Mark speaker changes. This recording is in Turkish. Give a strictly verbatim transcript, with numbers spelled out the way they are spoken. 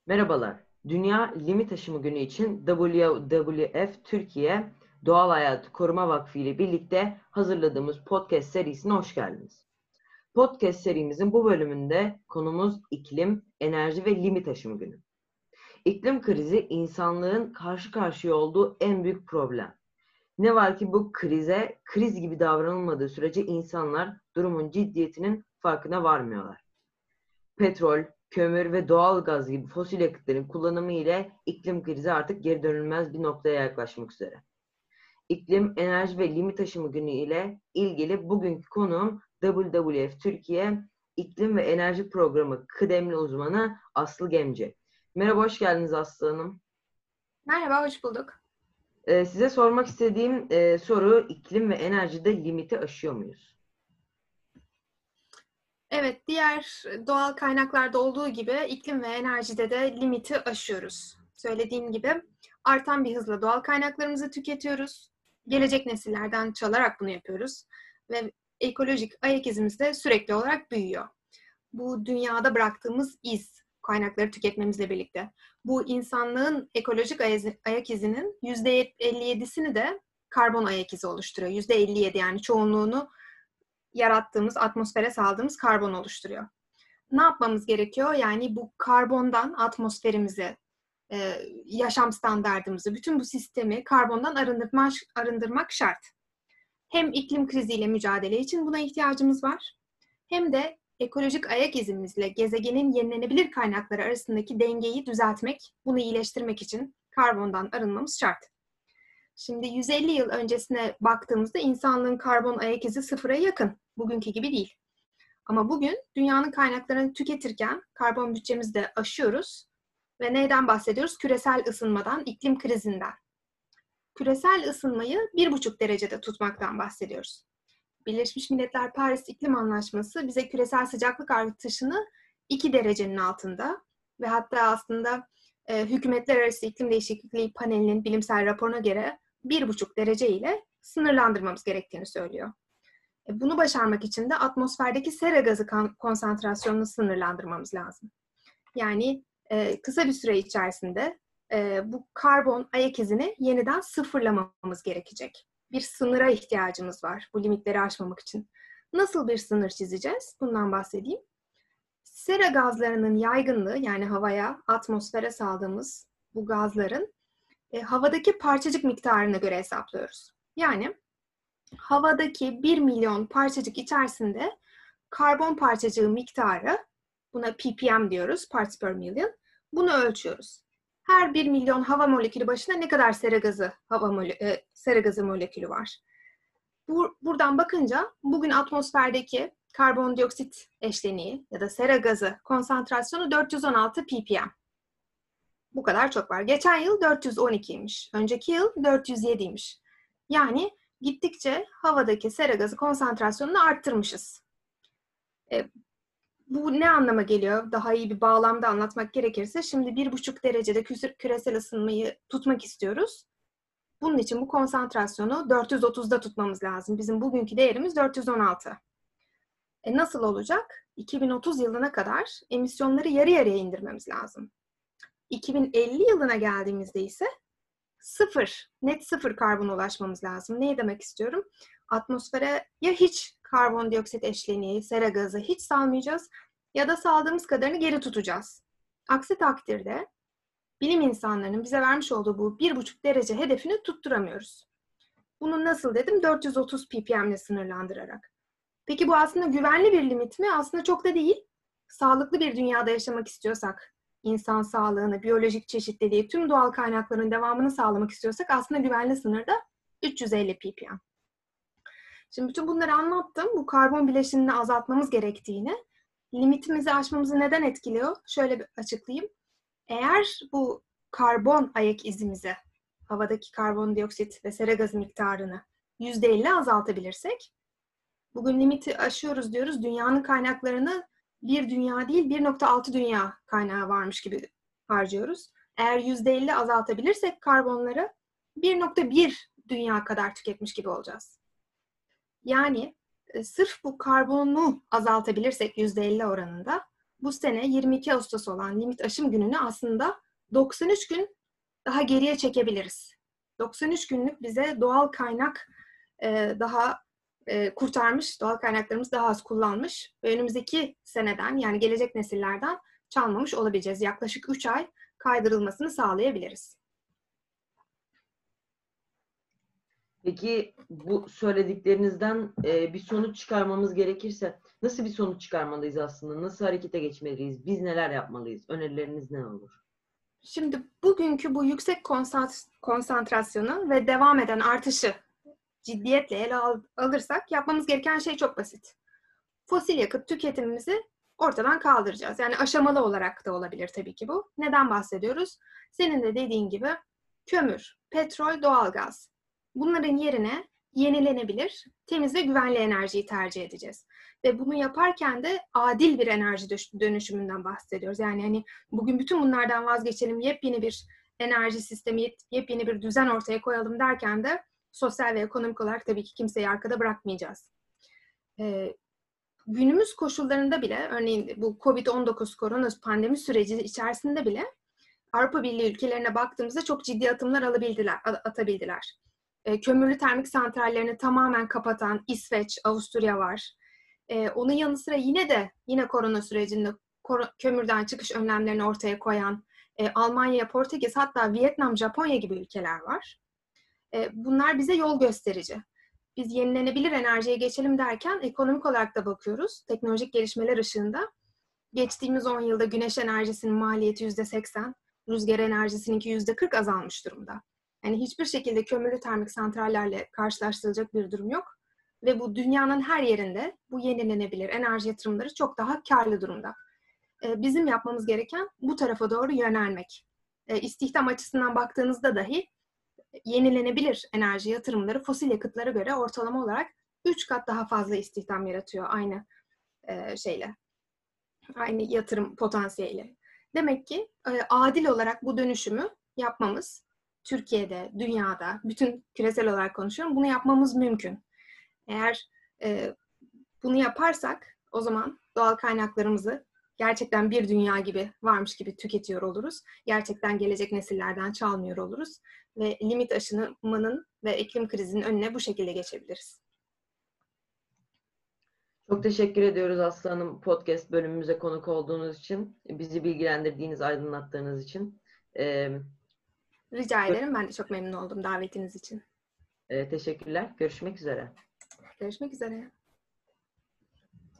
Speaker 1: Merhabalar. Dünya Limit Aşımı Günü için W W F Türkiye Doğal Hayatı Koruma Vakfı ile birlikte hazırladığımız podcast serisine hoş geldiniz. Podcast serimizin bu bölümünde konumuz iklim, enerji ve limit aşımı günü. İklim krizi insanlığın karşı karşıya olduğu en büyük problem. Ne var ki bu krize kriz gibi davranılmadığı sürece insanlar durumun ciddiyetinin farkına varmıyorlar. Petrol, kömür ve doğal gaz gibi fosil yakıtların kullanımı ile iklim krizi artık geri dönülmez bir noktaya yaklaşmak üzere. İklim, enerji ve limit aşımı günü ile ilgili bugünkü konuğum W W F Türkiye İklim ve Enerji Programı kıdemli uzmanı Aslı Gemce. Merhaba, hoş geldiniz Aslı Hanım.
Speaker 2: Merhaba, hoş bulduk.
Speaker 1: Ee, size sormak istediğim e, soru, iklim ve enerjide limiti aşıyor muyuz?
Speaker 2: Evet, diğer doğal kaynaklarda olduğu gibi iklim ve enerjide de limiti aşıyoruz. Söylediğim gibi artan bir hızla doğal kaynaklarımızı tüketiyoruz. Gelecek nesillerden çalarak bunu yapıyoruz. Ve ekolojik ayak izimiz de sürekli olarak büyüyor. Bu dünyada bıraktığımız iz, kaynakları tüketmemizle birlikte. Bu insanlığın ekolojik ayak izinin yüzde elli yedisini de karbon ayak izi oluşturuyor. yüzde elli yedi yani çoğunluğunu yarattığımız, atmosfere saldığımız karbon oluşturuyor. Ne yapmamız gerekiyor? Yani bu karbondan atmosferimizi, e, yaşam standardımızı, bütün bu sistemi karbondan arındırmak, arındırmak şart. Hem iklim kriziyle mücadele için buna ihtiyacımız var, hem de ekolojik ayak izimizle gezegenin yenilenebilir kaynakları arasındaki dengeyi düzeltmek, bunu iyileştirmek için karbondan arınmamız şart. Şimdi yüz elli yıl öncesine baktığımızda insanlığın karbon ayak izi sıfıra yakın. Bugünkü gibi değil. Ama bugün dünyanın kaynaklarını tüketirken karbon bütçemizi de aşıyoruz. Ve neyden bahsediyoruz? Küresel ısınmadan, iklim krizinden. Küresel ısınmayı bir buçuk derecede tutmaktan bahsediyoruz. Birleşmiş Milletler Paris İklim Anlaşması bize küresel sıcaklık artışını iki derecenin altında ve hatta aslında e, Hükümetler Arası İklim Değişikliği Paneli'nin bilimsel raporuna göre bir buçuk derece ile sınırlandırmamız gerektiğini söylüyor. E, bunu başarmak için de atmosferdeki sera gazı konsantrasyonunu sınırlandırmamız lazım. Yani e, kısa bir süre içerisinde e, bu karbon ayak izini yeniden sıfırlamamız gerekecek. Bir sınıra ihtiyacımız var bu limitleri aşmamak için. Nasıl bir sınır çizeceğiz? Bundan bahsedeyim. Sera gazlarının yaygınlığı, yani havaya, atmosfere saldığımız bu gazların e, havadaki parçacık miktarına göre hesaplıyoruz. Yani havadaki bir milyon parçacık içerisinde karbon parçacığı miktarı, buna P P M diyoruz, parts per million, bunu ölçüyoruz. Her bir milyon hava molekülü başına ne kadar sera gazı, hava mole- e, sera gazı molekülü var? Bu, buradan bakınca bugün atmosferdeki karbondioksit eşleniği ya da sera gazı konsantrasyonu dört yüz on altı P P M. Bu kadar çok var. Geçen yıl dört yüz on ikiymiş. Önceki yıl dört yüz yediymiş. Yani gittikçe havadaki sera gazı konsantrasyonunu arttırmışız. E, bu ne anlama geliyor? Daha iyi bir bağlamda anlatmak gerekirse şimdi bir buçuk derecede küresel ısınmayı tutmak istiyoruz. Bunun için bu konsantrasyonu dört yüz otuzda tutmamız lazım. Bizim bugünkü değerimiz dört yüz on altı. E nasıl olacak? iki bin otuz yılına kadar emisyonları yarı yarıya indirmemiz lazım. iki bin elli yılına geldiğimizde ise sıfır, net sıfır karbona ulaşmamız lazım. Ne demek istiyorum? Atmosfere ya hiç karbondioksit eşleniği, sera gazı hiç salmayacağız ya da saldığımız kadarını geri tutacağız. Aksi takdirde bilim insanlarının bize vermiş olduğu bu bir buçuk derece hedefini tutturamıyoruz. Bunu nasıl dedim? dört yüz otuz P P M ile sınırlandırarak. Peki bu aslında güvenli bir limit mi? Aslında çok da değil. Sağlıklı bir dünyada yaşamak istiyorsak, insan sağlığını, biyolojik çeşitliliği, tüm doğal kaynakların devamını sağlamak istiyorsak aslında güvenli sınırda üç yüz elli P P M. Şimdi bütün bunları anlattım. Bu karbon bileşinini azaltmamız gerektiğini, limitimizi aşmamızı neden etkiliyor? Şöyle bir açıklayayım. Eğer bu karbon ayak izimizi, havadaki karbondioksit ve sera gazı miktarını yüzde elli azaltabilirsek, bugün limiti aşıyoruz diyoruz, dünyanın kaynaklarını bir dünya değil bir nokta altı dünya kaynağı varmış gibi harcıyoruz. Eğer yüzde elli azaltabilirsek karbonları bir nokta bir dünya kadar tüketmiş gibi olacağız. Yani e, sırf bu karbonu azaltabilirsek yüzde elli oranında bu sene yirmi iki Ağustos olan limit aşım gününü aslında doksan üç gün daha geriye çekebiliriz. doksan üç günlük bize doğal kaynak e, daha e, kurtarmış, doğal kaynaklarımız daha az kullanmış ve önümüzdeki seneden, yani gelecek nesillerden çalmamış olabileceğiz. Yaklaşık üç ay kaydırılmasını sağlayabiliriz.
Speaker 1: Peki bu söylediklerinizden e, bir sonuç çıkarmamız gerekirse nasıl bir sonuç çıkarmalıyız aslında? Nasıl harekete geçmeliyiz? Biz neler yapmalıyız? Önerileriniz ne olur?
Speaker 2: Şimdi bugünkü bu yüksek konsantrasyonu ve devam eden artışı ciddiyetle ele al- alırsak yapmamız gereken şey çok basit. Fosil yakıt tüketimimizi ortadan kaldıracağız. Yani aşamalı olarak da olabilir tabii ki bu. Neden bahsediyoruz? Senin de dediğin gibi kömür, petrol, doğalgaz. Bunların yerine yenilenebilir, temiz ve güvenli enerjiyi tercih edeceğiz. Ve bunu yaparken de adil bir enerji dönüşümünden bahsediyoruz. Yani hani bugün bütün bunlardan vazgeçelim, yepyeni bir enerji sistemi, yepyeni bir düzen ortaya koyalım derken de sosyal ve ekonomik olarak tabii ki kimseyi arkada bırakmayacağız. Ee, günümüz koşullarında bile, örneğin bu kovid on dokuz korona pandemi süreci içerisinde bile Avrupa Birliği ülkelerine baktığımızda çok ciddi adımlar alabildiler, atabildiler. E, kömürlü termik santrallerini tamamen kapatan İsveç, Avusturya var. E, onun yanı sıra yine de yine korona sürecinde kor- kömürden çıkış önlemlerini ortaya koyan e, Almanya, Portekiz, hatta Vietnam, Japonya gibi ülkeler var. E, bunlar bize yol gösterici. Biz yenilenebilir enerjiye geçelim derken ekonomik olarak da bakıyoruz. Teknolojik gelişmeler ışığında geçtiğimiz on yılda güneş enerjisinin maliyeti yüzde seksen, rüzgar enerjisininki yüzde kırk azalmış durumda. Yani hiçbir şekilde kömürlü termik santrallerle karşılaştırılacak bir durum yok. Ve bu dünyanın her yerinde bu yenilenebilir enerji yatırımları çok daha karlı durumda. Bizim yapmamız gereken bu tarafa doğru yönelmek. İstihdam açısından baktığınızda dahi yenilenebilir enerji yatırımları fosil yakıtlara göre ortalama olarak üç kat daha fazla istihdam yaratıyor aynı şeyle. Aynı yatırım potansiyeli. Demek ki e, adil olarak bu dönüşümü yapmamız, Türkiye'de, dünyada, bütün küresel olarak konuşuyorum, bunu yapmamız mümkün. Eğer e, bunu yaparsak o zaman doğal kaynaklarımızı gerçekten bir dünya gibi, varmış gibi tüketiyor oluruz. Gerçekten gelecek nesillerden çalmıyor oluruz. Ve limit aşımının ve iklim krizinin önüne bu şekilde geçebiliriz.
Speaker 1: Çok teşekkür ediyoruz Aslı Hanım, podcast bölümümüze konuk olduğunuz için, bizi bilgilendirdiğiniz, aydınlattığınız için. Ee,
Speaker 2: Rica ederim. Ben de çok memnun oldum davetiniz için.
Speaker 1: e, teşekkürler. Görüşmek üzere.
Speaker 2: Görüşmek üzere.